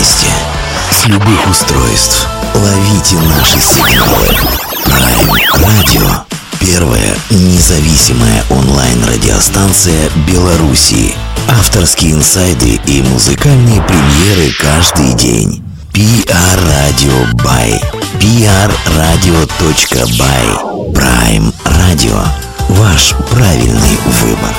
месте, с любых устройств. Ловите наши сигналы. Prime Radio. Первая независимая онлайн-радиостанция Беларуси. Авторские инсайды и музыкальные премьеры каждый день. PR Radio by prradio.by. Prime Radio. Ваш правильный выбор.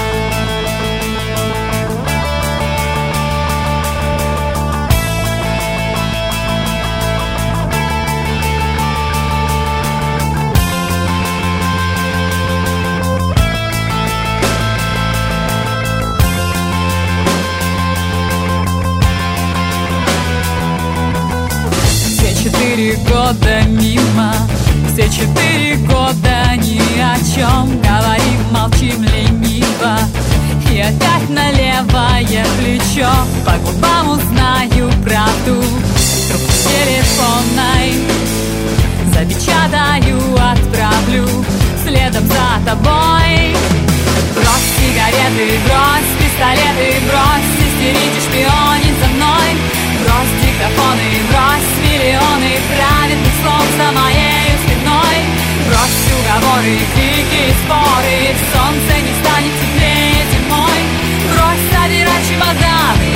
Года мимо, все 4 года ни о чем. Говорим, молчим лениво, и опять на левое плечо. По губам узнаю правду, трубку телефонной запечатаю, отправлю следом за тобой. Брось сигареты, брось пистолеты, брось истерить и шпионить за мной. Брось диктофоны, брось миллионы праведных слов за моей спиной. Брось уговоры, крики и споры, солнце не станет теплее зимой. Брось собирать чемоданы,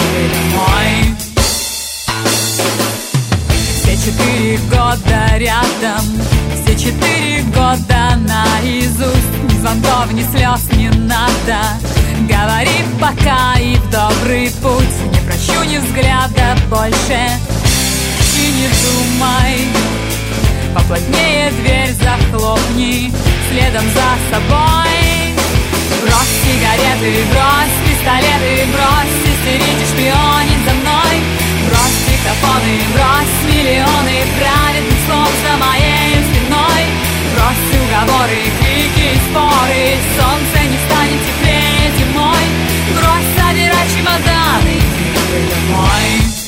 ты домой. Все 4 года рядом, все 4 года наизусть. Ни звонков, ни слез не надо. Говори пока и в добрый путь. Не прощу ни взгляда больше, и не думай. Поплотнее дверь захлопни, следом за собой. Брось сигареты, брось пистолеты, брось истерить и шпионить за мной. Брось диктофоны, брось миллионы праведных слов за моей спиной. Брось уговоры, крики и споры, солнце не станет теплее зимой. Брось собирать чемоданы, ты домой.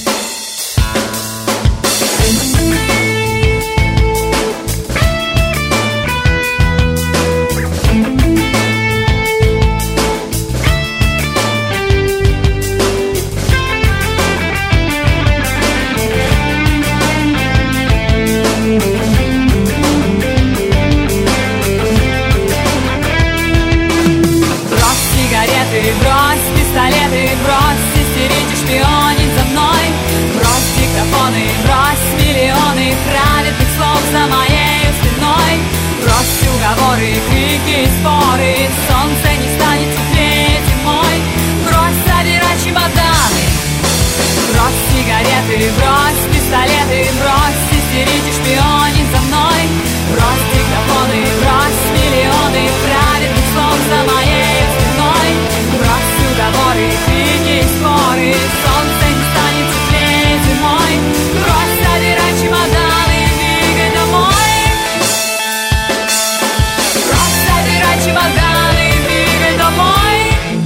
Брось пистолеты, брось истерить и шпионить за мной. Брось диктофоны, брось миллионы праведных слов за моей спиной. Брось уговоры, крики и споры, солнце не станет теплее зимой. Брось собирать чемоданы. Брось сигареты, брось пистолеты, брось истерить и шпионить за мной. Брось диктофоны, брось миллионы праведных слов за моей спиной. Брось уговоры, крики и споры, солнце не станет теплее зимой. Брось собирать чемоданы, двигай домой. Брось собирать чемоданы, двигай домой.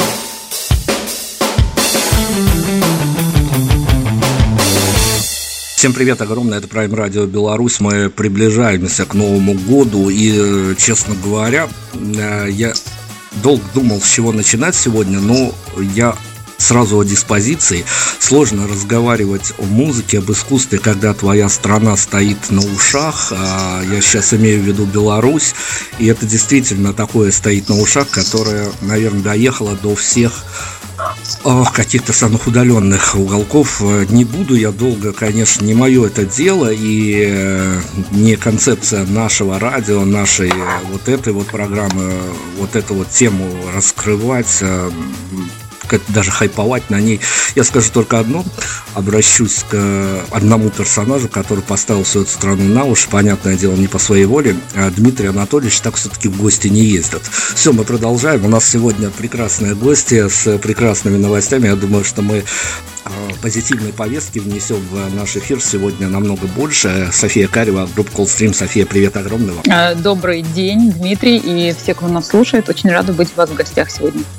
Всем привет огромное, это Prime Radio Беларусь. Мы приближаемся к Новому году. И, честно говоря, я долго думал, с чего начинать сегодня, но я сразу о диспозиции. Сложно разговаривать о музыке, об искусстве, когда твоя страна стоит на ушах. Я сейчас имею в виду Беларусь. И это действительно такое стоит на ушах, которое, наверное, доехало до всех каких-то самых удаленных уголков. Не буду я долго, конечно, не мое это дело и не концепция нашего радио, нашей вот этой вот программы, вот эту вот тему раскрывать, даже хайповать на ней. Я скажу только одно, обращусь к одному персонажу, который поставил всю эту страну на уши, понятное дело, не по своей воле. Дмитрий Анатольевич так все-таки в гости не ездит. Все, мы продолжаем. У нас сегодня прекрасные гости с прекрасными новостями. Я думаю, что мы позитивной повестки внесем в наш эфир сегодня намного больше. София Карева, группа Coldstream. София, привет огромный вам. Добрый день, Дмитрий, и все, кто нас слушает. Очень рада быть у вас в гостях сегодня.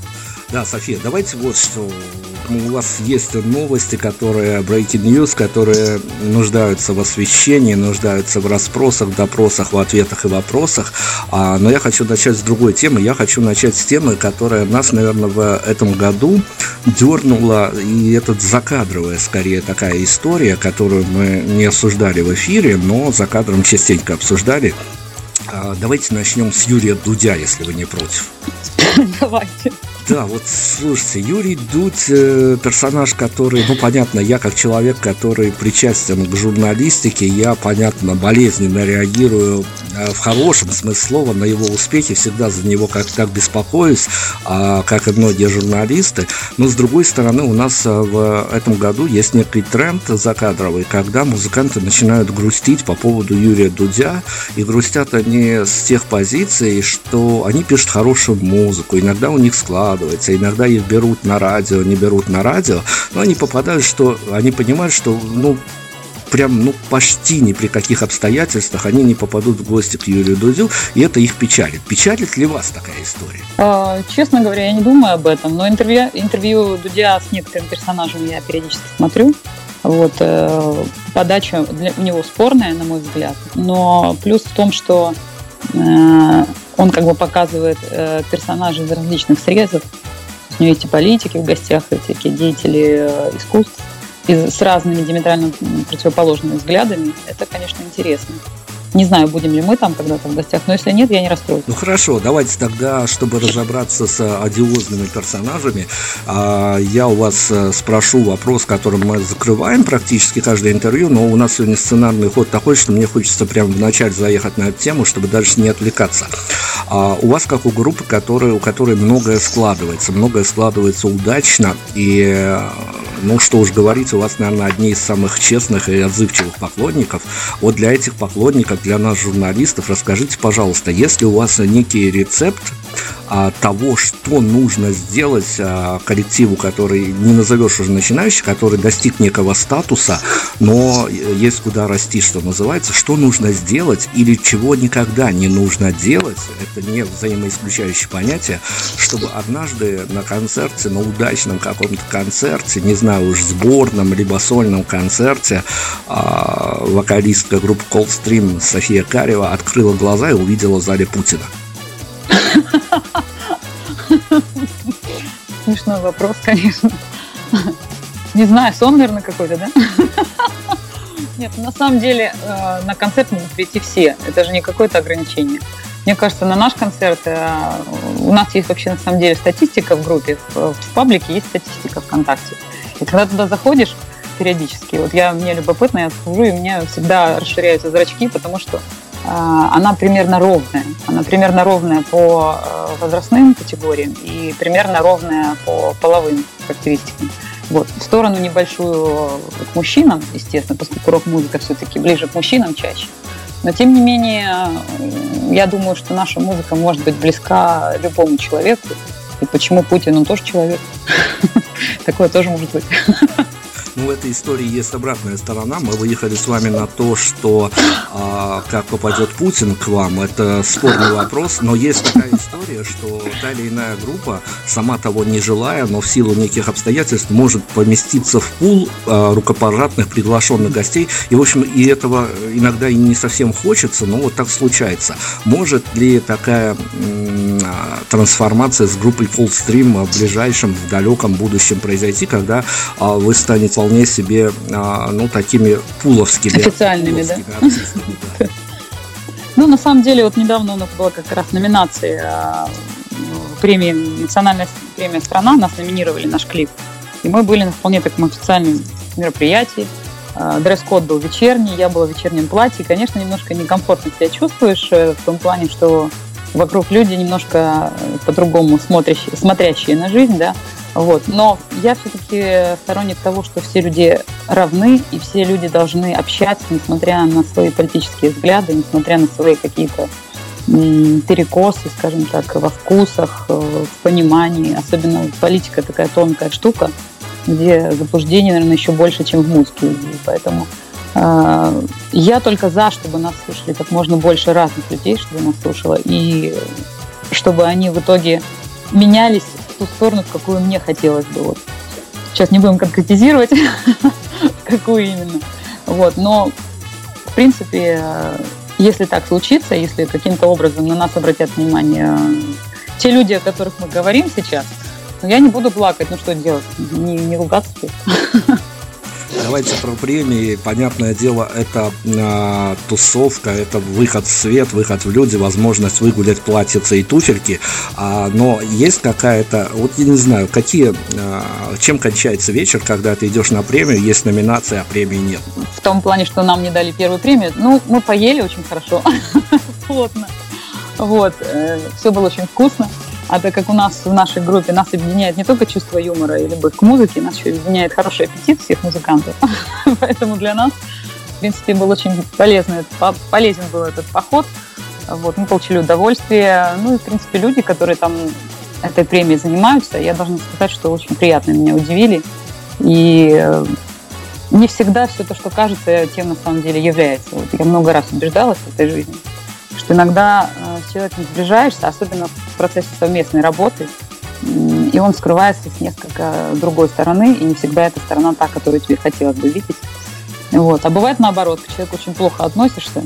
Да, София, давайте вот что. У вас есть новости, которые breaking news, которые нуждаются в освещении, нуждаются в расспросах, допросах, в ответах и вопросах. Но я хочу начать с другой темы. Я хочу начать с темы, которая нас, наверное, в этом году дернула, и это закадровая, скорее, такая история, которую мы не обсуждали в эфире, но за кадром частенько обсуждали. Давайте начнем с Юрия Дудя, если вы не против. Давайте. Да, вот слушайте, Юрий Дудь персонаж, который, понятно, я как человек, который причастен к журналистике, я, понятно, болезненно реагирую в хорошем смысле слова на его успехи, всегда за него как-то так беспокоюсь, как и многие журналисты. Но, с другой стороны, у нас в этом году есть некий тренд закадровый, когда музыканты начинают грустить по поводу Юрия Дудя, и грустят они с тех позиций, что они пишут хорошую музыку, иногда у них складывается, иногда их берут на радио, не берут на радио, но они попадают, что они понимают, что почти ни при каких обстоятельствах они не попадут в гости к Юрию Дудю, и это их печалит. Печалит ли вас такая история? Честно говоря, я не думаю об этом, но интервью Дудя с некоторыми персонажами я периодически смотрю. Подача у него спорная, на мой взгляд, но плюс в том, что он как бы показывает персонажей из различных срезов. У него есть и политики в гостях, и всякие деятели искусств с разными диаметрально противоположными взглядами. Это, конечно, интересно. Не знаю, будем ли мы там когда-то в гостях, но если нет, я не расстроюсь. Хорошо, давайте тогда, чтобы разобраться с одиозными персонажами, я у вас спрошу вопрос, которым мы закрываем практически каждое интервью, но у нас сегодня сценарный ход такой, что мне хочется прямо вначале заехать на эту тему, чтобы дальше не отвлекаться. У вас, как у группы, у которой многое складывается удачно, и что уж говорить, у вас, наверное, одни из самых честных и отзывчивых поклонников. Вот для этих поклонников, для нас, журналистов, расскажите, пожалуйста, есть ли у вас некий рецепт того, что нужно сделать коллективу, который не назовешь уже начинающий, который достиг некого статуса, но есть куда расти, что называется, что нужно сделать или чего никогда не нужно делать, это не взаимоисключающее понятие, чтобы однажды на концерте, на удачном каком-то концерте, не знаю уж, сборном либо сольном концерте, вокалистка группы Coldstream София Карева открыла глаза и увидела в зале Путина. Смешной вопрос, конечно. Не знаю, сон, наверное, какой-то, да? Нет, на самом деле на концерт могут прийти все. Это же не какое-то ограничение. Мне кажется, на наш концерт у нас есть вообще на самом деле статистика в группе, в паблике есть статистика ВКонтакте. И когда туда заходишь периодически, мне любопытно, я схожу, и у меня всегда расширяются зрачки, потому что она примерно ровная. Она примерно ровная по возрастным категориям и примерно ровная по половым характеристикам. В сторону небольшую к мужчинам, естественно, поскольку рок-музыка все-таки ближе к мужчинам чаще. Но, тем не менее, я думаю, что наша музыка может быть близка любому человеку. И почему Путин? Он тоже человек. Такое тоже может быть. В этой истории есть обратная сторона. Мы выехали с вами на то, что как попадет Путин к вам, это спорный вопрос, но есть такая история, что та или иная группа, сама того не желая, но в силу неких обстоятельств может поместиться в пул рукопожатных приглашенных гостей, и, в общем, и этого иногда и не совсем хочется, но вот так случается. Может ли такая трансформация с группой Coldstream в ближайшем, в далеком будущем произойти, когда вы станете вполне себе, такими пуловскими официальными, артистами, да? На самом деле, недавно у нас была как раз номинация премии, национальная премия «Страна», нас номинировали, наш клип, и мы были на вполне таком официальном мероприятии. Дресс-код был вечерний, я была в вечернем платье, и, конечно, немножко некомфортно себя чувствуешь в том плане, что вокруг люди немножко по-другому смотрящие на жизнь, да. Но я все-таки сторонник того, что все люди равны, и все люди должны общаться, несмотря на свои политические взгляды, несмотря на свои какие-то перекосы, скажем так, во вкусах, в понимании. Особенно политика такая тонкая штука, где заблуждений, наверное, еще больше, чем в музыке. И поэтому я только за, чтобы нас слушали как можно больше разных людей, чтобы нас слушало, и чтобы они в итоге менялись ту сторону, в какую мне хотелось бы. Вот. Сейчас не будем конкретизировать, какую именно. Вот. Но, в принципе, если так случится, если каким-то образом на нас обратят внимание те люди, о которых мы говорим сейчас, я не буду плакать. Ну что делать? Не ругаться. Давайте про премии. Понятное дело, это тусовка, это выход в свет, выход в люди, возможность выгулять платьице и туфельки. Но есть какая-то, вот я не знаю, чем кончается вечер, когда ты идешь на премию, есть номинация, а премии нет? В том плане, что нам не дали первую премию. Ну, мы поели очень хорошо, плотно. Вот, все было очень вкусно. А так как у нас в нашей группе нас объединяет не только чувство юмора и любовь к музыке, нас еще объединяет хороший аппетит всех музыкантов. Поэтому для нас, в принципе, был очень полезен был этот поход. Вот, мы получили удовольствие. Ну и, в принципе, люди, которые там этой премией занимаются, я должна сказать, что очень приятно меня удивили. И не всегда все то, что кажется, тем на самом деле является. Вот я много раз убеждалась в этой жизни, что иногда с человеком сближаешься, особенно в процессе совместной работы, и он скрывается с несколько другой стороны, и не всегда эта сторона та, которую тебе хотелось бы видеть. Вот. А бывает наоборот, к человеку очень плохо относишься,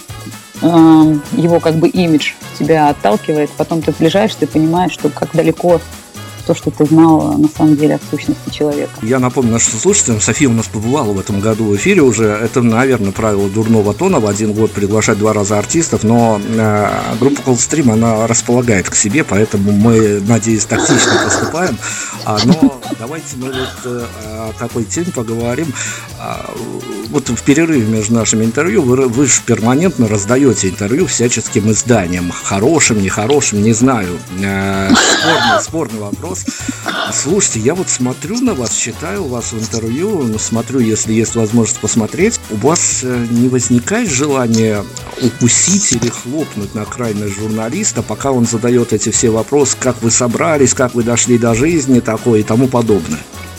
его как бы имидж тебя отталкивает, потом ты сближаешься и понимаешь, что как далеко то, что ты знал на самом деле от сущности человека. Я напомню нашим слушателям, София у нас побывала в этом году в эфире уже. Это, наверное, правило дурного тона в один год приглашать 2 раза артистов, но группа Coldstream, она располагает к себе, поэтому мы, надеюсь, тактично поступаем. Но давайте мы вот о такой теме поговорим. Вот в перерыве между нашими интервью вы же перманентно раздаете интервью всяческим изданиям. Хорошим, нехорошим, не знаю. Спорный вопрос. Слушайте, я вот смотрю на вас, читаю вас в интервью, смотрю, если есть возможность посмотреть. У вас не возникает желания укусить или хлопнуть на крайность журналиста, пока он задает эти все вопросы, как вы собрались, как вы дошли до жизни такой и тому подобное?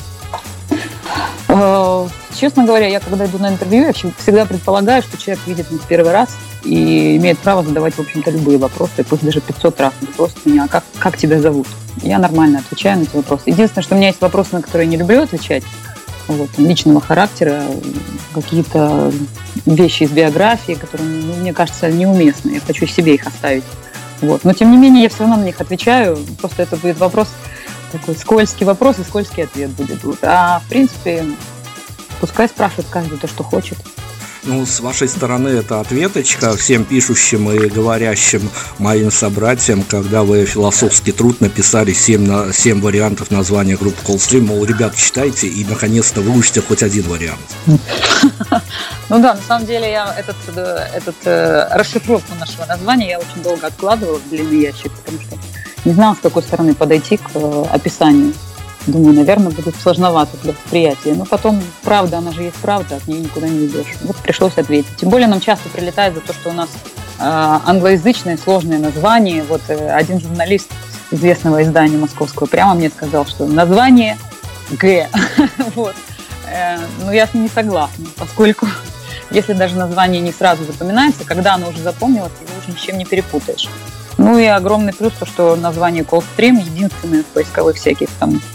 Честно говоря, я когда иду на интервью, я всегда предполагаю, что человек видит меня в первый раз и имеет право задавать, в общем-то, любые вопросы, пусть даже 500 раз он просит меня, как тебя зовут? Я нормально отвечаю на эти вопросы. Единственное, что у меня есть вопросы, на которые я не люблю отвечать, вот, личного характера, какие-то вещи из биографии, которые, мне кажется, неуместны. Я хочу себе их оставить. Вот. Но, тем не менее, я все равно на них отвечаю. Просто это будет вопрос, такой скользкий вопрос и скользкий ответ будет. Вот. А, в принципе, пускай спрашивает каждый то, что хочет. Ну, с вашей стороны это ответочка всем пишущим и говорящим моим собратьям, когда вы философский труд написали 7 вариантов названия группы Coldstream, мол, ребят, читайте и наконец-то выучите хоть один вариант. Ну да, на самом деле я расшифровку нашего названия я очень долго откладывала в длинный ящик, потому что не знала, с какой стороны подойти к описанию. Думаю, наверное, будет сложновато для восприятия. Но потом, правда, она же есть правда, от нее никуда не идешь. Вот пришлось ответить. Тем более нам часто прилетает за то, что у нас англоязычное сложное название. Вот один журналист известного издания московского прямо мне сказал, что название Г. Вот. Но я с ним не согласна, поскольку если даже название не сразу запоминается, когда оно уже запомнилось, его уже ни с чем не перепутаешь. Ну и огромный плюс то, что название Coldstream единственное в поисковых всяких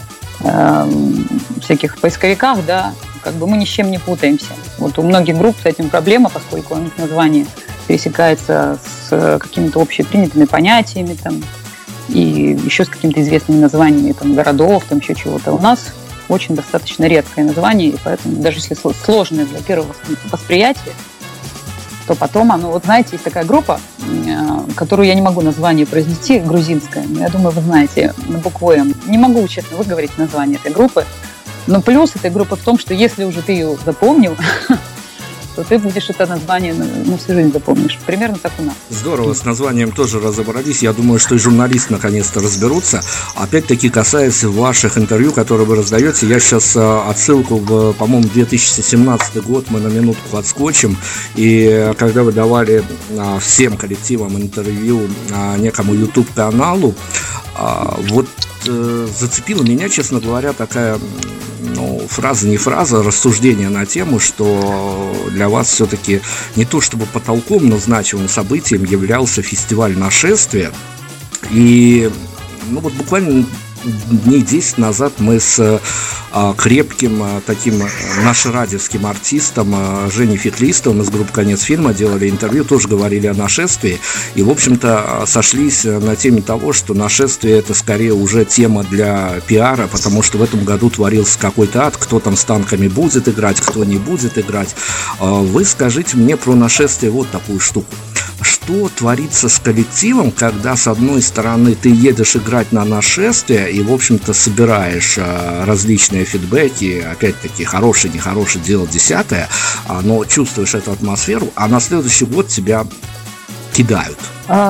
поисковиках, да, как бы мы ни с чем не путаемся. Вот у многих групп с этим проблема, поскольку у них название пересекается с какими-то общепринятыми понятиями там, и еще с какими-то известными названиями там, городов, там еще чего-то. У нас очень достаточно редкое название, и поэтому даже если сложное для первого восприятия, то потом оно, вот знаете, есть такая группа, которую я не могу название произнести, грузинская, но я думаю, вы знаете, на букву М. Не могу, честно, выговорить название этой группы, но плюс этой группы в том, что если уже ты ее запомнил, то ты будешь это название на всю жизнь запомнишь. Примерно так у нас. Здорово, с названием тоже разобрались. Я думаю, что и журналисты наконец-то разберутся. Опять-таки, касаясь ваших интервью, которые вы раздаете, я сейчас отсылку в, по-моему, 2017 год, мы на минутку отскочим. И когда вы давали всем коллективам интервью некому YouTube-каналу, вот зацепила меня, честно говоря, такая фраза, не фраза, рассуждение на тему, что для вас все-таки не то чтобы потолком, но значимым событием являлся фестиваль «Нашествие». И вот буквально дней 10 назад мы с крепким таким нашерадиевским артистом Женей Феклистовым из группы «Конец фильма» делали интервью, тоже говорили о нашествии, и, в общем-то, сошлись на теме того, что нашествие – это скорее уже тема для пиара, потому что в этом году творился какой-то ад, кто там с танками будет играть, кто не будет играть. Вы скажите мне про нашествие вот такую штуку. Что творится с коллективом, когда, с одной стороны, ты едешь играть на нашествие и, в общем-то, собираешь различные фидбэки, опять-таки, хороший, нехороший, дело десятое, но чувствуешь эту атмосферу, а на следующий год тебя кидают?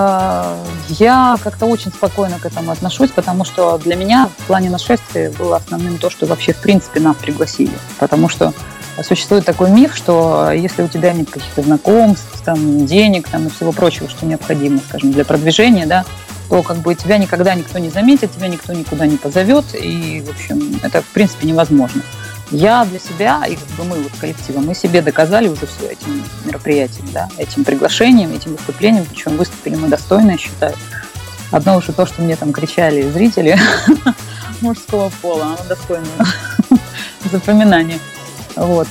Я как-то очень спокойно к этому отношусь, потому что для меня в плане нашествия было основным то, что вообще, в принципе, нас пригласили, потому что существует такой миф, что если у тебя нет каких-то знакомств, там, денег там, и всего прочего, что необходимо, скажем, для продвижения, да, то как бы тебя никогда никто не заметит, тебя никто никуда не позовет, и, в общем, это, в принципе, невозможно. Я для себя, и как бы мы, вот коллективом, мы себе доказали уже все этим мероприятием, да, этим приглашением, этим выступлением, причем выступили мы достойно, я считаю. Одно уже то, что мне там кричали зрители мужского пола, оно достойно запоминания. Вот.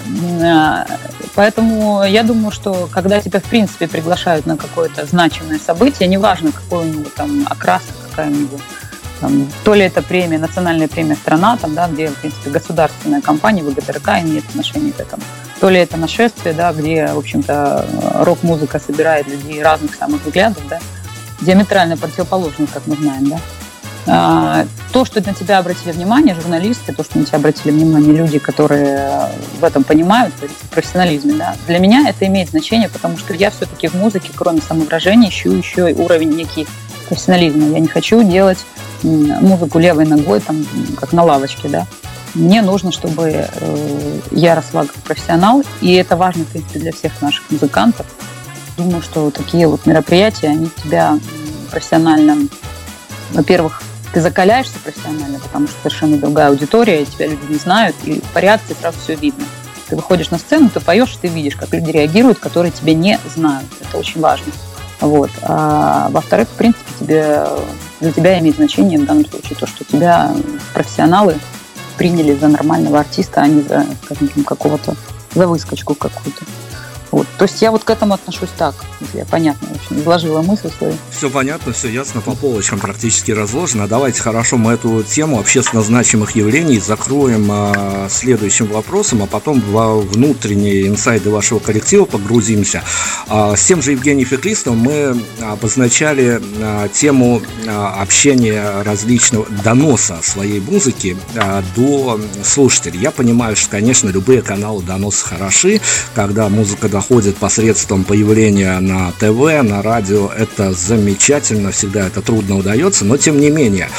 Поэтому я думаю, что когда тебя, в принципе, приглашают на какое-то значимое событие, неважно, какой у него там окраска, какая у него, там, то ли это премия, национальная премия «Страна», там, да, где, в принципе, государственная компания ВГТРК имеет отношение к этому, то ли это нашествие, да, где, в общем-то, рок-музыка собирает людей разных самых взглядов, да, диаметрально противоположных, как мы знаем, да. То, что на тебя обратили внимание, журналисты, то, что на тебя обратили внимание люди, которые в этом понимают, в профессионализме, да, для меня это имеет значение, потому что я все-таки в музыке, кроме самовыражения, ищу еще и уровень некий профессионализма. Я не хочу делать музыку левой ногой, там, как на лавочке, да. Мне нужно, чтобы я росла как профессионал, и это важно, в принципе, для всех наших музыкантов. Думаю, что такие вот мероприятия, они тебя профессионально, во-первых, ты закаляешься профессионально, потому что совершенно другая аудитория, тебя люди не знают, и по реакции сразу все видно. Ты выходишь на сцену, ты поешь, ты видишь, как люди реагируют, которые тебя не знают. Это очень важно. Вот. А во-вторых, в принципе, для тебя имеет значение в данном случае то, что тебя профессионалы приняли за нормального артиста, а не за, скажем, какого-то, за выскочку какую-то. Вот. То есть я вот к этому отношусь так, если я понятно очень изложила мысль свою. Все понятно, все ясно, по полочкам практически разложено. Давайте хорошо мы эту тему общественно значимых явлений закроем следующим вопросом, а потом во внутренние инсайды вашего коллектива погрузимся. С тем же Евгением Феклистовым мы обозначали тему общения различного, доноса своей музыки до слушателей. Я понимаю, что, конечно, любые каналы доноса хороши, когда музыка доходит посредством появления на ТВ, на радио, это замечательно, всегда это трудно удается, но тем не менее,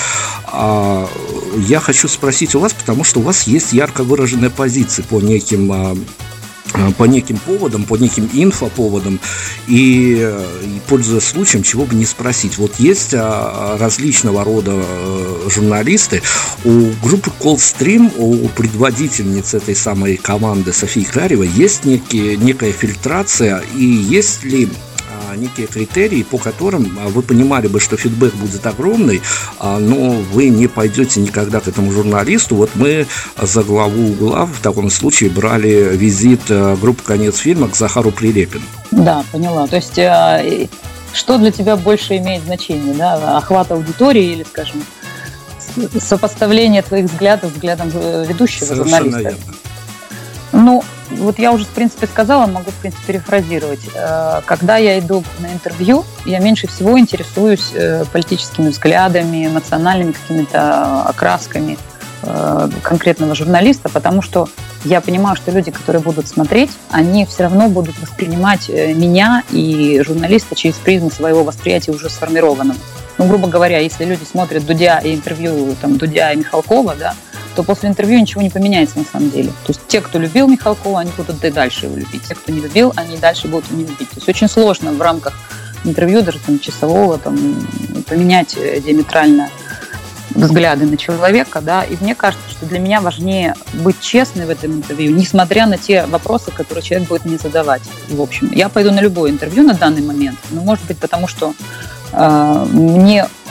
я хочу спросить у вас, потому что у вас есть ярко выраженная позиция по неким поводам, по неким инфоповодам, и пользуясь случаем, чего бы не спросить. Вот есть различного рода журналисты. У группы Coldstream, у предводительницы этой самой команды Софии Кляревой есть некая фильтрация, и есть ли некие критерии, по которым вы понимали бы, что фидбэк будет огромный, но вы не пойдете никогда к этому журналисту. Вот мы за главу угла в таком случае брали визит группы «Конец фильма» к Захару Прилепину. Да, поняла. То есть что для тебя больше имеет значение, да? Охват аудитории или, скажем, сопоставление твоих взглядов с взглядом ведущего Совершенно журналиста? Верно. Ну, вот я уже, в принципе, сказала, могу, в принципе, перефразировать. Когда я иду на интервью, я меньше всего интересуюсь политическими взглядами, национальными какими-то окрасками конкретного журналиста, потому что я понимаю, что люди, которые будут смотреть, они все равно будут воспринимать меня и журналиста через призму своего восприятия уже сформированного. Ну, грубо говоря, если люди смотрят Дудя и интервью там, Дудя и Михалкова, да, то после интервью ничего не поменяется на самом деле. То есть те, кто любил Михалкова, они будут и дальше его любить. Те, кто не любил, они дальше будут его не любить. То есть очень сложно в рамках интервью, даже там, часового, там, поменять диаметрально взгляды на человека, да, и мне кажется, что для меня важнее быть честной в этом интервью, несмотря на те вопросы, которые человек будет мне задавать. В общем, я пойду на любое интервью на данный момент, но, может быть, потому что мне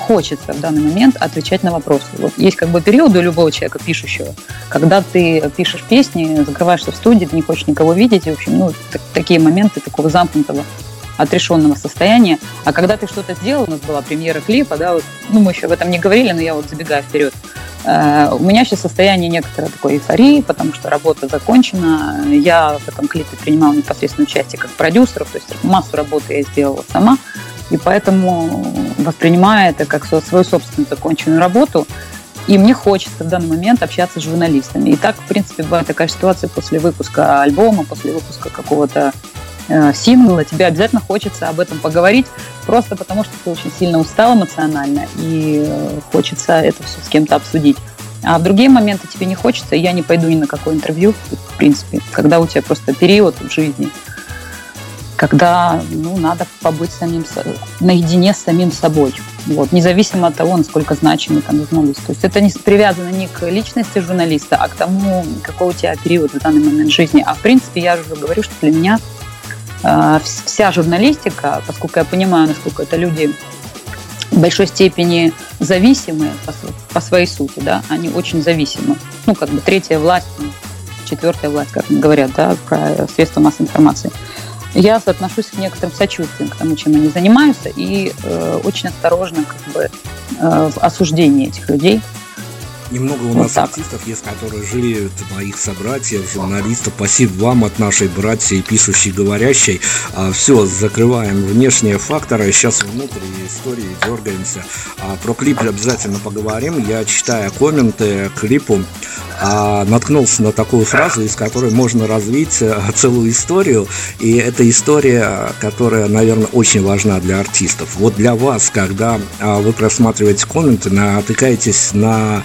хочется в данный момент отвечать на вопросы. Вот есть как бы периоды у любого человека, пишущего, когда ты пишешь песни, закрываешься в студии, ты не хочешь никого видеть, и, в общем, такие моменты такого замкнутого, отрешенного состояния. А когда ты что-то сделал, у нас была премьера клипа, да, вот, мы еще об этом не говорили, но я вот забегаю вперед. У меня сейчас состояние некоторой такой эйфории, потому что работа закончена. Я в этом клипе принимала непосредственное участие как продюсер, то есть массу работы я сделала сама, и поэтому воспринимаю это как свою собственную законченную работу. И мне хочется в данный момент общаться с журналистами. И так, в принципе, бывает такая ситуация после выпуска альбома, после выпуска какого-то сингла, тебе обязательно хочется об этом поговорить, просто потому что ты очень сильно устал эмоционально, и хочется это все с кем-то обсудить. А в другие моменты тебе не хочется, и я не пойду ни на какое интервью, в принципе, когда у тебя просто период в жизни, когда надо побыть наедине с самим собой. Вот, независимо от того, насколько значимый там журналист. То есть это не привязано ни к личности журналиста, а к тому, какой у тебя период в данный момент жизни. А в принципе, я уже говорю, что для меня вся журналистика, поскольку я понимаю, насколько это люди в большой степени зависимые по своей сути, да, они очень зависимы. Как бы третья власть, четвертая власть, как говорят, да, про средства массовой информации. Я отношусь к некоторым сочувствием к тому, чем они занимаются, и очень осторожно в осуждении этих людей. Немного у нас артистов есть, которые жалеют моих собратьев, журналистов. Спасибо вам от нашей братьи, пишущей, говорящей. Все, закрываем внешние факторы. Сейчас внутрь истории дергаемся. Про клип обязательно поговорим. Я, читая комменты к клипу, наткнулся на такую фразу, из которой можно развить целую историю. И это история, которая, наверное, очень важна для артистов. Вот для вас, когда вы просматриваете комменты, натыкаетесь на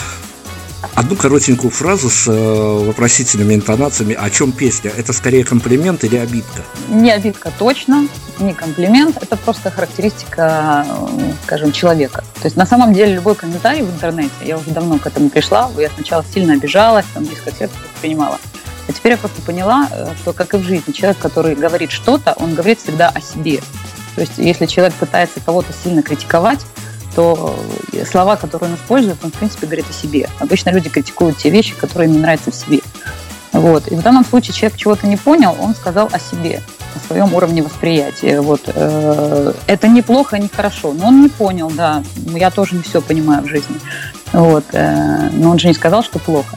одну коротенькую фразу с вопросительными интонациями, о чем песня? Это скорее комплимент или обидка? Не обидка точно, не комплимент. Это просто характеристика, скажем, человека. То есть на самом деле любой комментарий в интернете, я уже давно к этому пришла, я сначала сильно обижалась, близко к сердцу воспринимала. А теперь я просто поняла, что, как и в жизни, человек, который говорит что-то, он говорит всегда о себе. То есть если человек пытается кого-то сильно критиковать, то слова, которые он использует, он, в принципе, говорит о себе. Обычно люди критикуют те вещи, которые им не нравятся в себе. Вот. И в данном случае человек чего-то не понял, он сказал о себе, о своем уровне восприятия. Вот. Это неплохо, не хорошо. Но он не понял, да. Я тоже не все понимаю в жизни. Вот. Но он же не сказал, что плохо.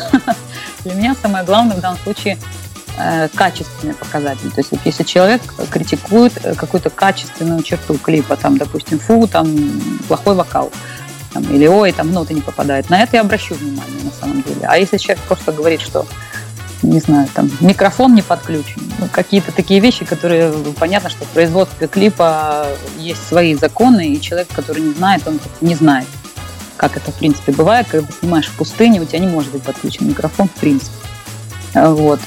Для меня самое главное в данном случае качественный показатель. То есть вот если человек критикует какую-то качественную черту клипа, там, допустим, плохой вокал, или ой, там ноты не попадают, на это я обращу внимание на самом деле. А если человек просто говорит, что, не знаю, там, микрофон не подключен, какие-то такие вещи, которые, понятно, что в производстве клипа есть свои законы, и человек, который не знает, он не знает, как это, в принципе, бывает, когда ты снимаешь в пустыне, у тебя не может быть подключен микрофон, в принципе. Вот.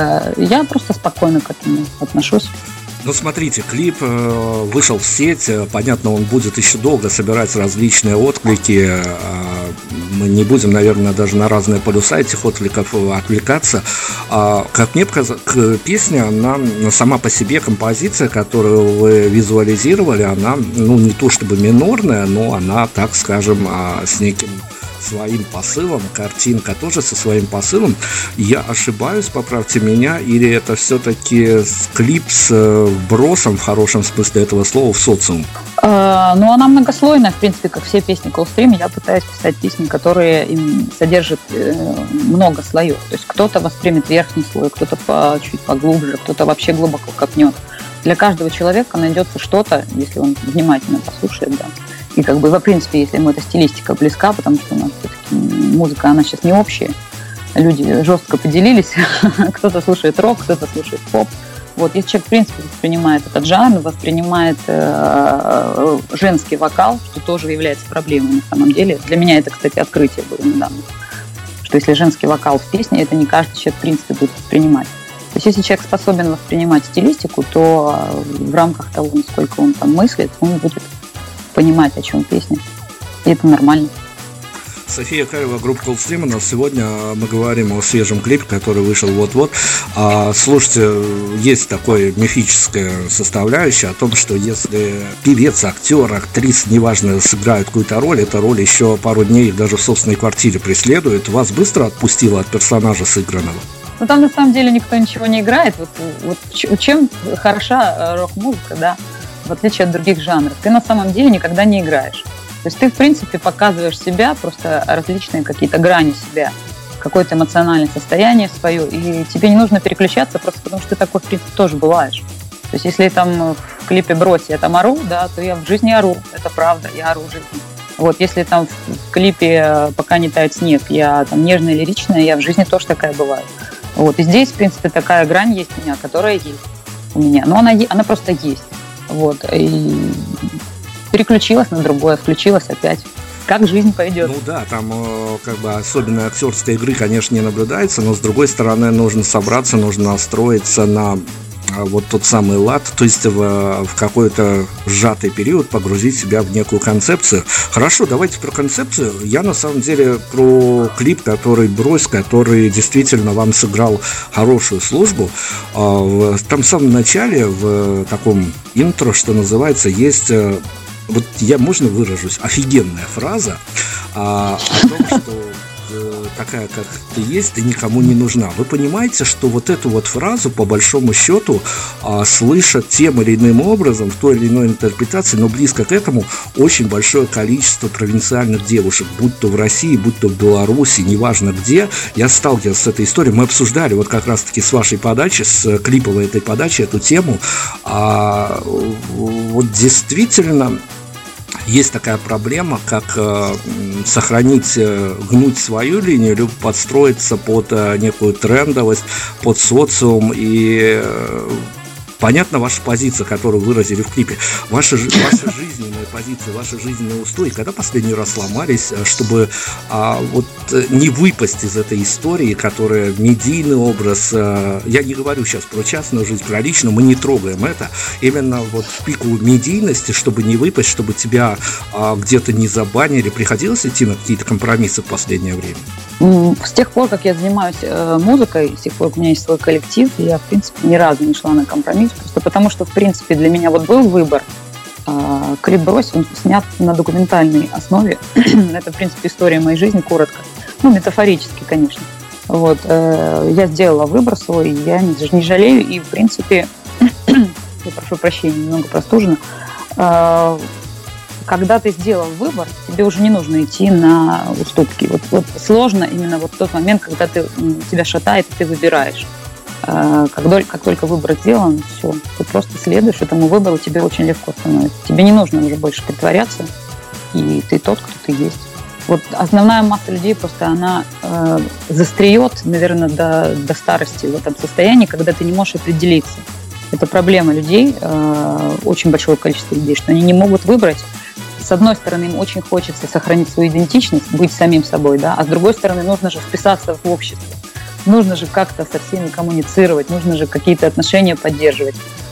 Я просто спокойно к этому отношусь. Ну, смотрите, клип вышел в сеть, понятно, он будет еще долго собирать различные отклики. Мы не будем, наверное, даже на разные полюса этих откликов отвлекаться. Как мне показалось, песня, она сама по себе, композиция, которую вы визуализировали, она, не то чтобы минорная, но она, так скажем, с неким своим посылом, картинка тоже со своим посылом. Я ошибаюсь, поправьте меня, или это все-таки клип с вбросом, в хорошем смысле этого слова, в социум? Она многослойная, в принципе, как все песни Coldstream. Я пытаюсь писать песни, которые содержат много слоев. То есть кто-то воспримет верхний слой, кто-то чуть поглубже, кто-то вообще глубоко копнет. Для каждого человека найдется что-то, если он внимательно послушает, да. И в принципе, если ему эта стилистика близка, потому что у нас все-таки музыка, она сейчас не общая, люди жестко поделились, кто-то слушает рок, кто-то слушает поп. Вот, если человек, в принципе, воспринимает этот жанр, воспринимает женский вокал, что тоже является проблемой на самом деле. Для меня это, кстати, открытие было недавно, что если женский вокал в песне, это не каждый человек, в принципе, будет воспринимать. То есть если человек способен воспринимать стилистику, то в рамках того, насколько он там мыслит, он будет понимать, о чем песня. И это нормально. София Карева, группа Cold Steam. Сегодня мы говорим о свежем клипе, который вышел вот-вот. Слушайте, есть такая мифическая составляющая о том, что если певец, актер, актриса, неважно, сыграют какую-то роль, эта роль еще пару дней даже в собственной квартире преследует. Вас быстро отпустило от персонажа сыгранного? Ну, там на самом деле никто ничего не играет. Вот чем хороша рок-музыка, да, в отличие от других жанров. Ты на самом деле никогда не играешь. То есть ты, в принципе, показываешь себя, просто различные какие-то грани себя, какое-то эмоциональное состояние свое, и тебе не нужно переключаться, просто потому что ты такой, в принципе, тоже бываешь. То есть если там в клипе «Брось» я там ору, да, то я в жизни ору, это правда, я ору в жизни. Вот, если там в клипе «Пока не тает снег» я там нежная, лиричная, я в жизни тоже такая бываю. Вот, и здесь, в принципе, такая грань есть у меня, которая есть у меня, но она просто есть. Вот, и переключилась на другое, включилась опять. Как жизнь пойдет. Ну да, там как бы особенной актерской игры, конечно, не наблюдается, но с другой стороны нужно собраться, нужно настроиться на вот тот самый лад, то есть в какой-то сжатый период погрузить себя в некую концепцию. Хорошо, давайте про концепцию. Я на самом деле про клип, который «Брось», который действительно вам сыграл хорошую службу. Там в самом начале, в таком интро, что называется, есть... Вот можно выражусь, офигенная фраза о том, что такая, как ты есть, ты никому не нужна. Вы понимаете, что вот эту вот фразу, по большому счету, слышат тем или иным образом, в той или иной интерпретации, но близко к этому очень большое количество провинциальных девушек, будь то в России, будь то в Беларуси, неважно где. Я сталкивался с этой историей, мы обсуждали вот как раз-таки с вашей подачи, с клиповой этой подачи эту тему. Вот действительно... Есть такая проблема, как сохранить, гнуть свою линию, либо подстроиться под некую трендовость, под социум. И понятна ваша позиция, которую выразили в клипе. Ваши жизненные позиции, ваши жизненные устои, когда последний раз сломались, чтобы вот не выпасть из этой истории, которая медийный образ, я не говорю сейчас про частную жизнь, про личную, мы не трогаем это, именно вот в пику медийности, чтобы не выпасть, чтобы тебя где-то не забанили, приходилось идти на какие-то компромиссы в последнее время? С тех пор, как я занимаюсь музыкой, с тех пор, как у меня есть свой коллектив, я, в принципе, ни разу не шла на компромисс, просто потому что, в принципе, для меня вот был выбор. Клип «Брось», он снят на документальной основе. Это, в принципе, история моей жизни, коротко. Ну, метафорически, конечно. Вот. Я сделала выбор свой, я не жалею, и, в принципе, я прошу прощения, немного простужена. Когда ты сделал выбор, тебе уже не нужно идти на уступки. Вот сложно именно вот тот момент, когда тебя шатает, и ты выбираешь. Как только выбор сделан, все, ты просто следуешь этому выбору, тебе очень легко становится. Тебе не нужно уже больше притворяться, и ты тот, кто ты есть. Вот основная масса людей просто она застреет, наверное, до старости в этом состоянии, когда ты не можешь определиться. Это проблема людей, очень большое количество людей, что они не могут выбрать. С одной стороны, им очень хочется сохранить свою идентичность, быть самим собой, да, а с другой стороны, нужно же вписаться в общество. Нужно же как-то со всеми коммуницировать, нужно же какие-то отношения поддерживать.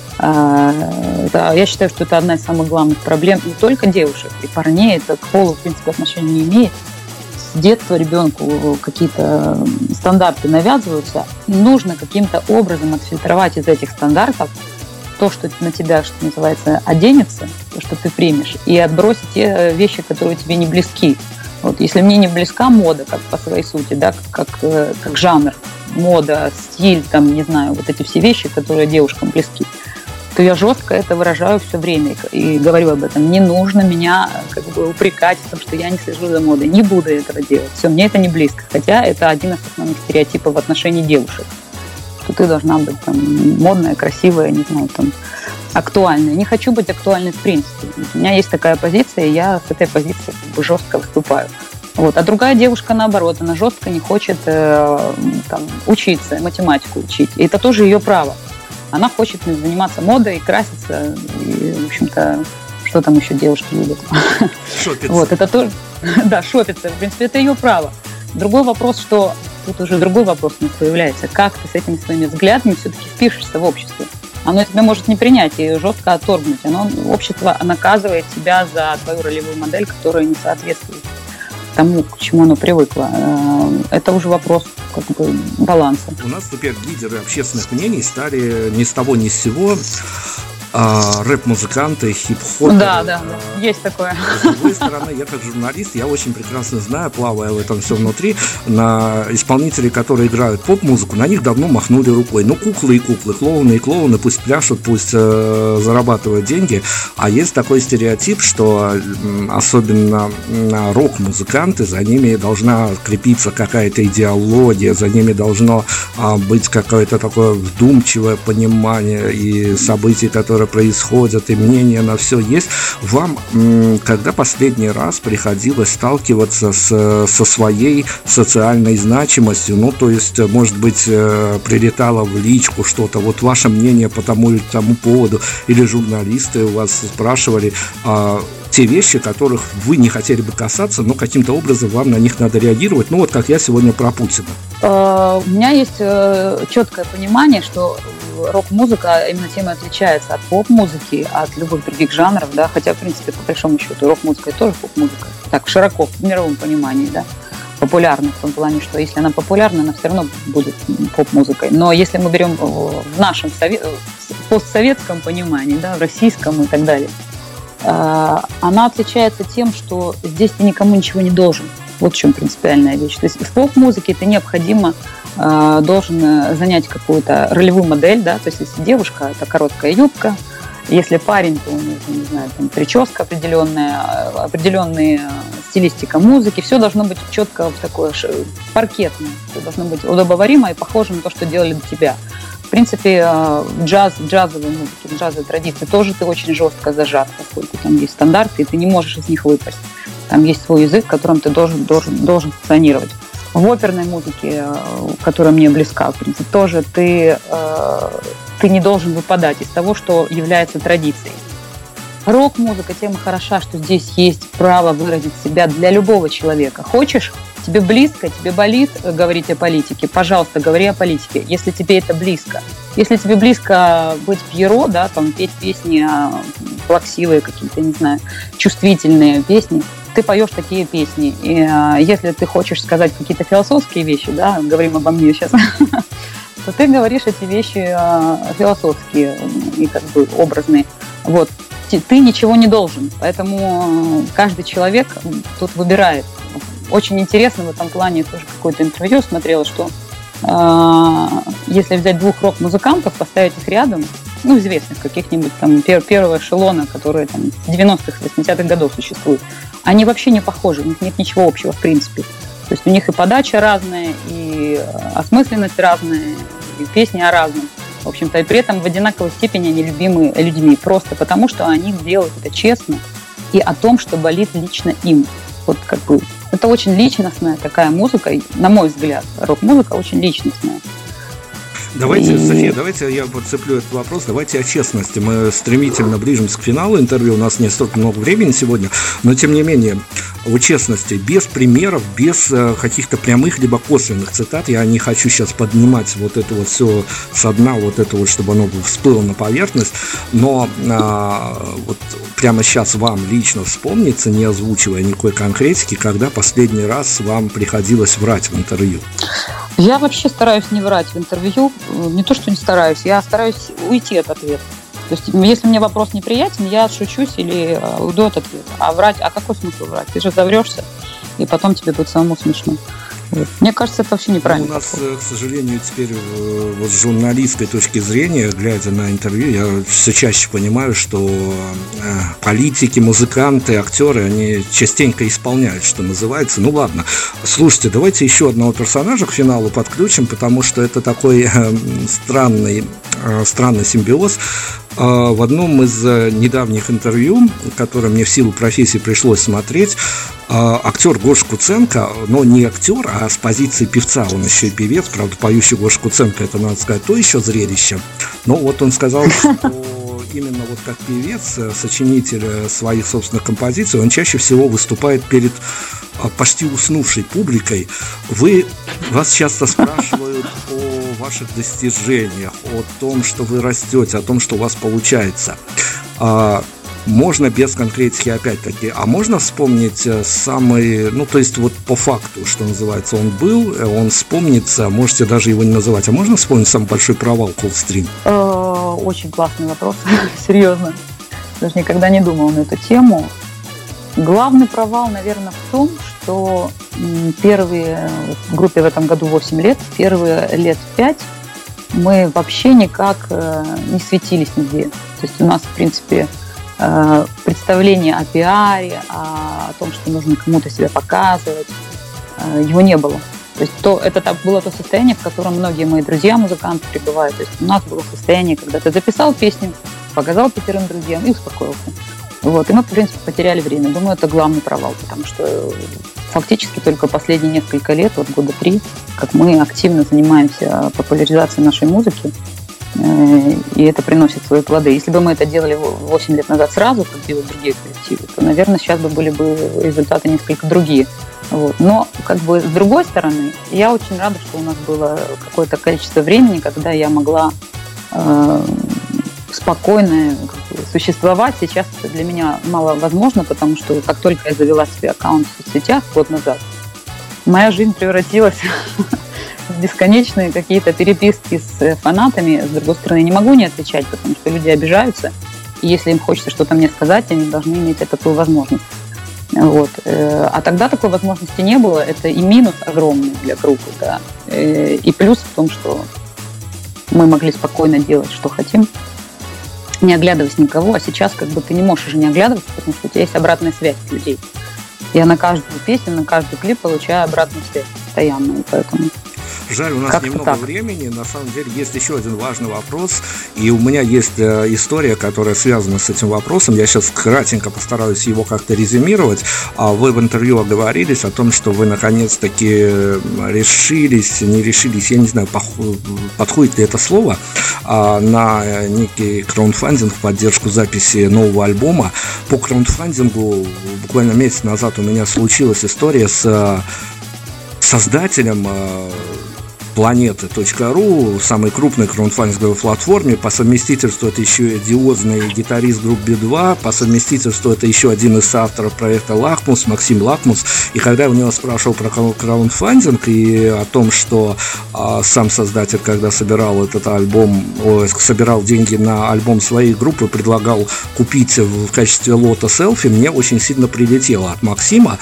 Я считаю, что это одна из самых главных проблем не только девушек, и парней, это к полу, в принципе, отношения не имеет. С детства ребенку какие-то стандарты навязываются, и нужно каким-то образом отфильтровать из этих стандартов то, что на тебя, что называется, оденется, то, что ты примешь, и отбросить те вещи, которые тебе не близки. Вот, если мне не близка мода, как по своей сути, да, как жанр, мода, стиль, там, не знаю, вот эти все вещи, которые девушкам близки, то я жестко это выражаю все время и говорю об этом. Не нужно меня как бы упрекать в том, что я не слежу за модой. Не буду этого делать. Все, мне это не близко. Хотя это один из основных стереотипов в отношении девушек. Что ты должна быть там модная, красивая, не знаю, там, актуальная. Не хочу быть актуальной в принципе. У меня есть такая позиция, и я с этой позиции как бы жестко выступаю. Вот. А другая девушка, наоборот, она жестко не хочет там, учиться, математику учить. И это тоже ее право. Она хочет заниматься модой, краситься, и, в общем-то, что там еще девушки любят. Шопиться. Вот, это тоже, да, шопиться, в принципе, это ее право. Другой вопрос, что тут уже другой вопрос у нас появляется. Как ты с этими своими взглядами все-таки впишешься в общество? Оно тебя может не принять и жестко отторгнуть. Общество наказывает тебя за твою ролевую модель, которая не соответствует тому, к чему оно привыкло. Это уже вопрос как бы баланса. У нас теперь лидеры общественных мнений стали ни с того ни с сего рэп-музыканты, хип-хоп. Да, есть такое. С другой стороны, я как журналист, я очень прекрасно знаю, плавая в этом все внутри, на исполнителей, которые играют поп-музыку, на них давно махнули рукой. Ну, куклы и куклы, клоуны и клоуны, пусть пляшут, пусть зарабатывают деньги. А есть такой стереотип, что особенно рок-музыканты, за ними должна крепиться какая-то идеология, за ними должно быть какое-то такое вдумчивое понимание и событий, которые происходят, и мнения на все есть. Вам когда последний раз приходилось сталкиваться со своей социальной значимостью? Ну, то есть, может быть, прилетало в личку что-то, вот ваше мнение по тому или тому поводу, или журналисты у вас спрашивали те вещи, которых вы не хотели бы касаться, но каким-то образом вам на них надо реагировать, ну, вот как я сегодня про Путина. У меня есть четкое понимание, что рок-музыка именно тем и отличается от поп-музыки, от любых других жанров, да, хотя, в принципе, по большому счету, рок-музыка тоже поп-музыка, так, широко, в мировом понимании, да, популярна в том плане, что если она популярна, она все равно будет поп-музыкой. Но если мы берем в нашем постсоветском понимании, да, в российском и так далее, она отличается тем, что здесь ты никому ничего не должен. Вот в чем принципиальная вещь. То есть в поп-музыке ты необходимо должен занять какую-то ролевую модель, да, то есть если девушка, это короткая юбка, если парень, то у него, не знаю, там, прическа определенная стилистика музыки, все должно быть четко такое паркетное, все должно быть удобоваримо и похоже на то, что делали до тебя. В принципе, джазовой музыки, джазовой традиции тоже ты очень жестко зажат, поскольку там есть стандарты, и ты не можешь из них выпасть. Там есть свой язык, которым ты должен функционировать. В оперной музыке, которая мне близка, в принципе, тоже ты не должен выпадать из того, что является традицией. Рок-музыка тем и хороша, что здесь есть право выразить себя для любого человека. Хочешь, тебе близко, тебе болит говорить о политике, пожалуйста, говори о политике, если тебе это близко. Если тебе близко быть Пьеро, да, там, петь песни плаксивые какие-то, не знаю, чувствительные песни, ты поешь такие песни. И если ты хочешь сказать какие-то философские вещи, да, говорим обо мне сейчас, то ты говоришь эти вещи философские и как бы образные. Вот. Ты ничего не должен, поэтому каждый человек тут выбирает. Очень интересно в этом плане, тоже какое-то интервью смотрела, что если взять двух рок-музыкантов, поставить их рядом, ну, известных каких-нибудь там первого эшелона, которые там 90-х, 80-х годов существуют, они вообще не похожи, у них нет ничего общего в принципе. То есть у них и подача разная, и осмысленность разная, и песни о разном. В общем-то, и при этом в одинаковой степени они любимы людьми, просто потому, что они делают это честно и о том, что болит лично им. Вот как бы это очень личностная такая музыка, и, на мой взгляд, рок-музыка очень личностная. Давайте, София, давайте я подцеплю этот вопрос. Давайте о честности. Мы стремительно ближимся к финалу интервью. У нас не столько много времени сегодня, но тем не менее, о честности, без примеров, без каких-то прямых либо косвенных цитат. Я не хочу сейчас поднимать вот это вот все со дна, вот это вот, чтобы оно всплыло на поверхность. Но вот прямо сейчас вам лично вспомнится, не озвучивая никакой конкретики, когда последний раз вам приходилось врать в интервью. Я вообще стараюсь не врать в интервью. Не то, что не стараюсь, я стараюсь уйти от ответа. То есть, если мне вопрос неприятен, я отшучусь или уйду от ответа. А врать, а какой смысл врать? Ты же заврешься, и потом тебе будет самому смешно. Вот. Мне кажется, это вообще неправильно. У нас, к сожалению, теперь вот с журналистской точки зрения, глядя на интервью, я все чаще понимаю, что политики, музыканты, актеры, они частенько исполняют, что называется. Ну ладно, слушайте, давайте еще одного персонажа к финалу подключим, потому что это такой странный симбиоз. В одном из недавних интервью, которое мне в силу профессии пришлось смотреть, актер Гоша Куценко, но не актер, а с позиции певца, он еще и певец, правда, поющий Гоша Куценко, это, надо сказать, то еще зрелище. Но вот он сказал, что именно вот как певец, сочинитель своих собственных композиций, он чаще всего выступает перед почти уснувшей публикой. Вас часто спрашивают о ваших достижениях, о том, что вы растете, о том, что у вас получается. можно без конкретики опять-таки, а можно вспомнить самый, ну то есть вот по факту, что называется, он был, он вспомнится, можете даже его не называть, а можно вспомнить самый большой провал Coldstream? Очень классный вопрос, серьезно. Даже никогда не думал на эту тему. Главный провал, наверное, в том, что первые, в группе в этом году 8 лет, первые лет 5 мы вообще никак не светились нигде. То есть у нас, в принципе, представление о пиаре, о том, что нужно кому-то себя показывать, его не было. То есть это было то состояние, в котором многие мои друзья-музыканты пребывают. То есть у нас было состояние, когда ты записал песню, показал 5 друзьям и успокоился. Вот. И мы, в принципе, потеряли время. Думаю, это главный провал, потому что фактически только последние несколько лет, вот года 3, как мы активно занимаемся популяризацией нашей музыки, и это приносит свои плоды. Если бы мы это делали 8 лет назад сразу, как делают другие коллективы, то, наверное, сейчас бы были бы результаты несколько другие. Вот. Но, как бы, с другой стороны, я очень рада, что у нас было какое-то количество времени, когда я могла спокойно существовать. Сейчас это для меня мало возможно, потому что как только я завела себе аккаунт в соцсетях год назад, моя жизнь превратилась в бесконечные какие-то переписки с фанатами. С другой стороны, не могу не отвечать, потому что люди обижаются, и если им хочется что-то мне сказать, они должны иметь такую возможность. Вот. А тогда такой возможности не было. Это и минус огромный для группы, да. И плюс в том, что мы могли спокойно делать, что хотим, не оглядываясь никого. А сейчас как бы ты не можешь уже не оглядываться, потому что у тебя есть обратная связь от людей. Я на каждую песню, на каждый клип получаю обратную связь постоянно, и поэтому... Жаль, у нас как-то немного времени. На самом деле есть еще один важный вопрос. И у меня есть история, которая связана с этим вопросом. Я сейчас кратенько постараюсь его как-то резюмировать. Вы в интервью оговорились о том, что вы наконец-таки решились, не решились, я не знаю, подходит ли это слово, на некий краундфандинг в поддержку записи нового альбома. По краундфандингу буквально месяц назад у меня случилась история с создателем Планеты.ру, самой крупной краундфандинговой платформе. По совместительству это еще и одиозный гитарист группы Би-2, по совместительству это еще один из авторов проекта Лакмус, Максим Лакмус. И когда я у него спрашивал про краундфандинг и о том, что сам создатель, когда собирал этот альбом, собирал деньги на альбом своей группы, предлагал купить в качестве лота селфи, мне очень сильно прилетело от Максима.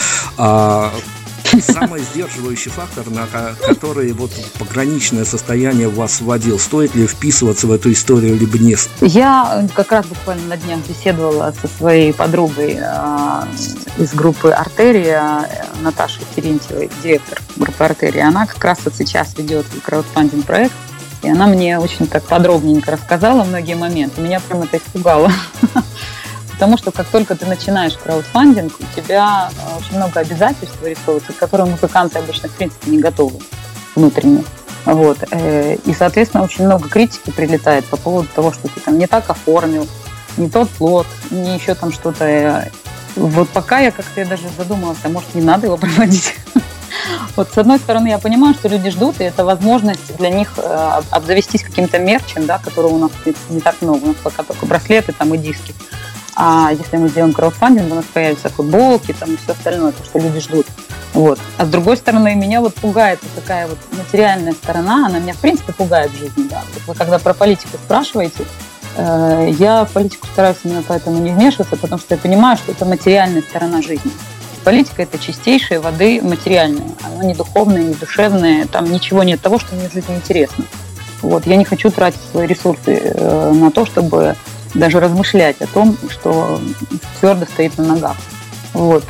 Самый сдерживающий фактор, на который вот пограничное состояние вас вводил, стоит ли вписываться в эту историю, либо нет? Я как раз буквально на днях беседовала со своей подругой из группы «Артерия», Наташей Терентьевой, директор группы «Артерия». Она как раз вот сейчас ведет краудфандинг-проект, и она мне очень так подробненько рассказала многие моменты. Меня прям это испугало. Потому что как только ты начинаешь краудфандинг, у тебя очень много обязательств вырисовывается, к которым музыканты обычно в принципе не готовы внутренне. Вот. И, соответственно, очень много критики прилетает по поводу того, что ты там не так оформил, не тот плод, не еще там что-то. Вот пока я как-то даже задумалась, а может не надо его проводить. Вот с одной стороны, я понимаю, что люди ждут, и это возможность для них обзавестись каким-то мерчем, да, которого у нас не так много. У нас пока только браслеты там, и диски. А если мы сделаем краудфандинг, у нас появятся футболки там, и все остальное, то, что люди ждут. Вот. А с другой стороны, меня вот пугает вот такая вот материальная сторона, она меня в принципе пугает в жизни. Да. Вы когда про политику спрашиваете, я в политику стараюсь именно поэтому не вмешиваться, потому что я понимаю, что это материальная сторона жизни. Политика – это чистейшей воды материальная. Она не духовная, не душевная, там ничего нет того, что мне в жизни интересно. Вот. Я не хочу тратить свои ресурсы на то, чтобы даже размышлять о том, что твердо стоит на ногах. Вот.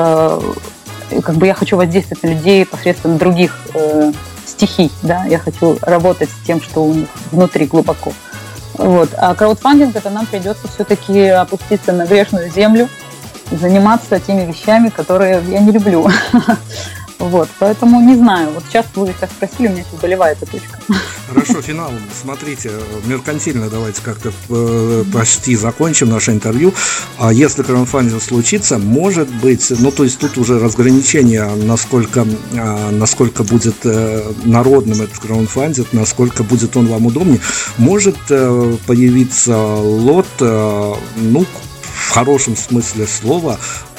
Как бы я хочу воздействовать на людей посредством других стихий. Да? Я хочу работать с тем, что у них внутри глубоко. Вот. А краудфандинг – это нам придется все-таки опуститься на грешную землю, заниматься теми вещами, которые я не люблю. Вот, поэтому не знаю. Вот сейчас вы как спросили, у меня сейчас болевает эта точка. Хорошо, финал. Смотрите, меркантильно давайте как-то почти закончим наше интервью. А если краундфандинг случится, может быть, ну то есть тут уже разграничение, насколько будет народным этот краундфандинг, насколько будет он вам удобнее. Может появиться лот, ну, в хорошем смысле слова.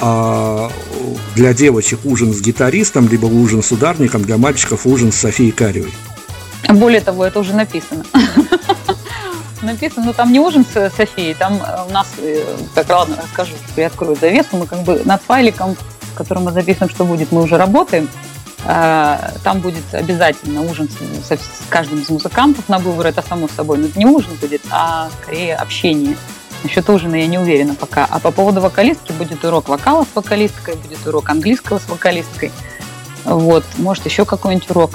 Для девочек ужин с гитаристом, либо ужин с ударником, для мальчиков ужин с Софией Каревой. Более того, это уже написано. Написано, но там не ужин с Софией, там у нас, так ладно, расскажу, приоткрою завесу, мы как бы над файликом, в котором мы записываем, что будет, мы уже работаем. Там будет обязательно ужин с каждым из музыкантов на выбор, это само собой. Но это не ужин будет, а скорее общение. Насчет ужина я не уверена пока. А по поводу вокалистки будет урок вокала с вокалисткой, будет урок английского с вокалисткой. Вот, может, еще какой-нибудь урок.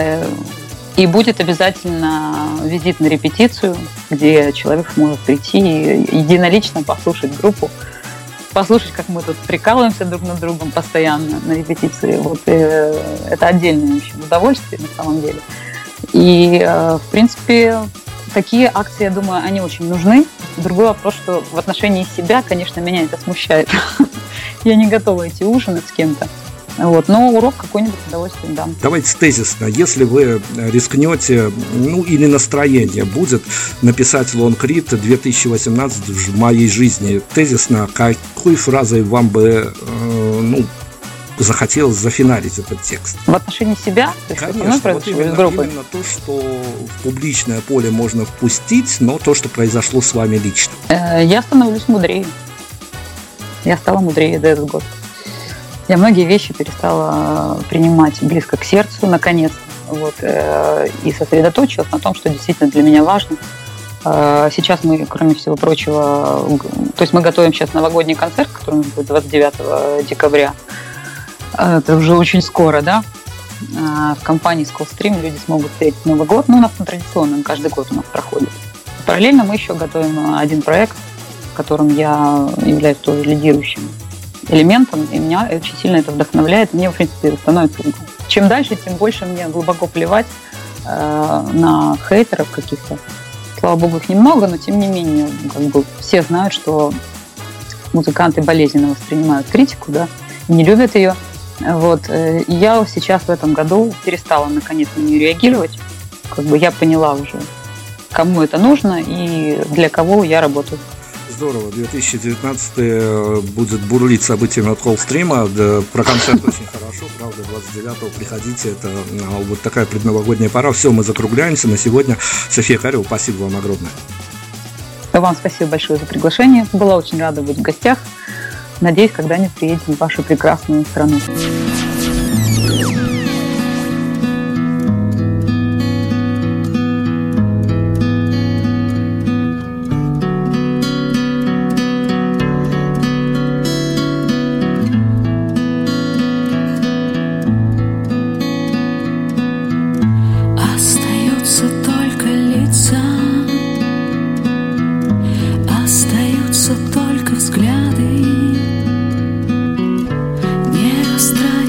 И будет обязательно визит на репетицию, где человек сможет прийти и единолично послушать группу, послушать, как мы тут прикалываемся друг над другом постоянно на репетиции. Вот это отдельное очень удовольствие на самом деле. И, в принципе, такие акции, я думаю, они очень нужны. Другой вопрос, что в отношении себя, конечно, меня это смущает. Я не готова идти ужинать с кем-то. Вот, но урок какой-нибудь с удовольствием дам. Давайте тезисно, если вы рискнете, или настроение будет написать лонгрид 2018 в моей жизни, тезисно, какой фразой вам бы, захотелось зафиналить этот текст? В отношении себя? Конечно, вот именно то, что в публичное поле можно впустить, но то, что произошло с вами лично. Я становлюсь мудрее. Я стала мудрее за этот год. Я многие вещи перестала принимать близко к сердцу, наконец-то, и сосредоточилась на том, что действительно для меня важно. Сейчас мы, кроме всего прочего, то есть мы готовим сейчас новогодний концерт, который будет 29 декабря. Это уже очень скоро, да? В компании Skillstream люди смогут встретить Новый год. У нас традиционно, каждый год у нас проходит. Параллельно мы еще готовим один проект, в котором я являюсь тоже лидирующим элементом, и меня очень сильно это вдохновляет. Мне, в принципе, становится... Чем дальше, тем больше мне глубоко плевать на хейтеров каких-то. Слава богу, их немного, но тем не менее, все знают, что музыканты болезненно воспринимают критику, да, и не любят ее. И я сейчас в этом году перестала, наконец, на нее реагировать. Я поняла уже, кому это нужно и для кого я работаю. Здорово, 2019 будет бурлить событиями от Коллстрима. Про концерт очень хорошо, правда, 29-го приходите, это вот такая предновогодняя пора. Все, мы закругляемся на сегодня. София Карева, спасибо вам огромное. Вам спасибо большое за приглашение. Была очень рада быть в гостях. Надеюсь, когда-нибудь приедем в вашу прекрасную страну. Остаются только взгляды, не расстраиваются.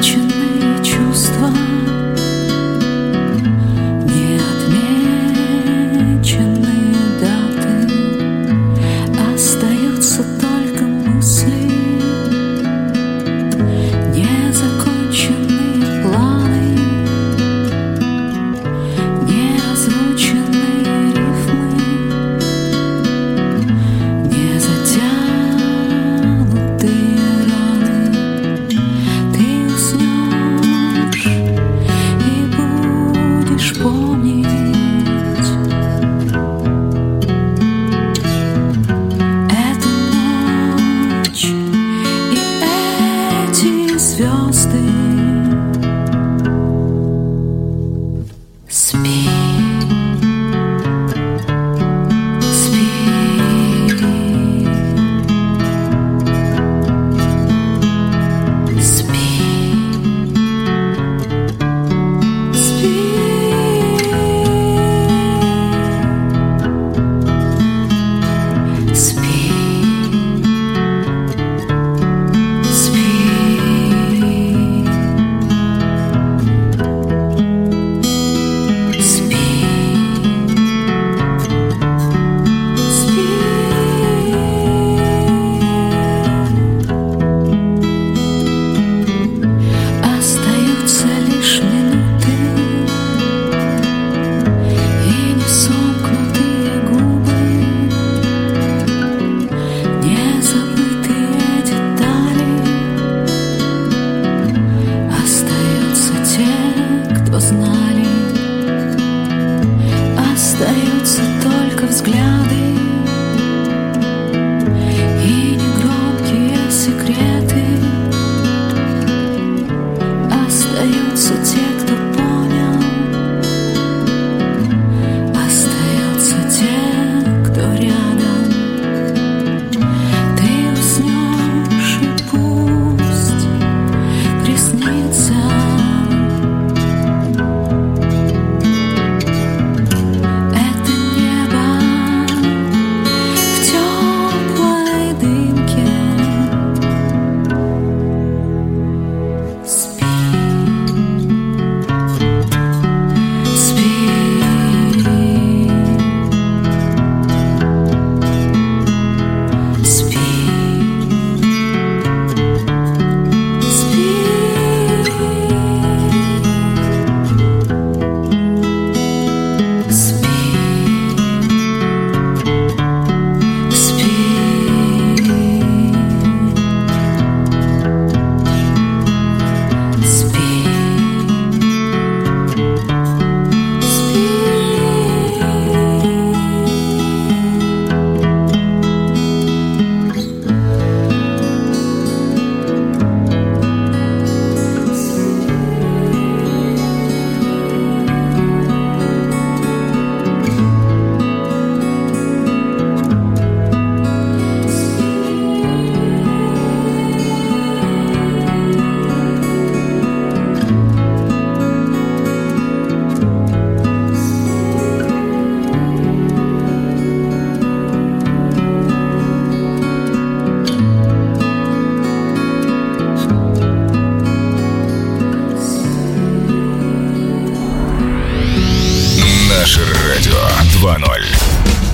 Радио 2.0.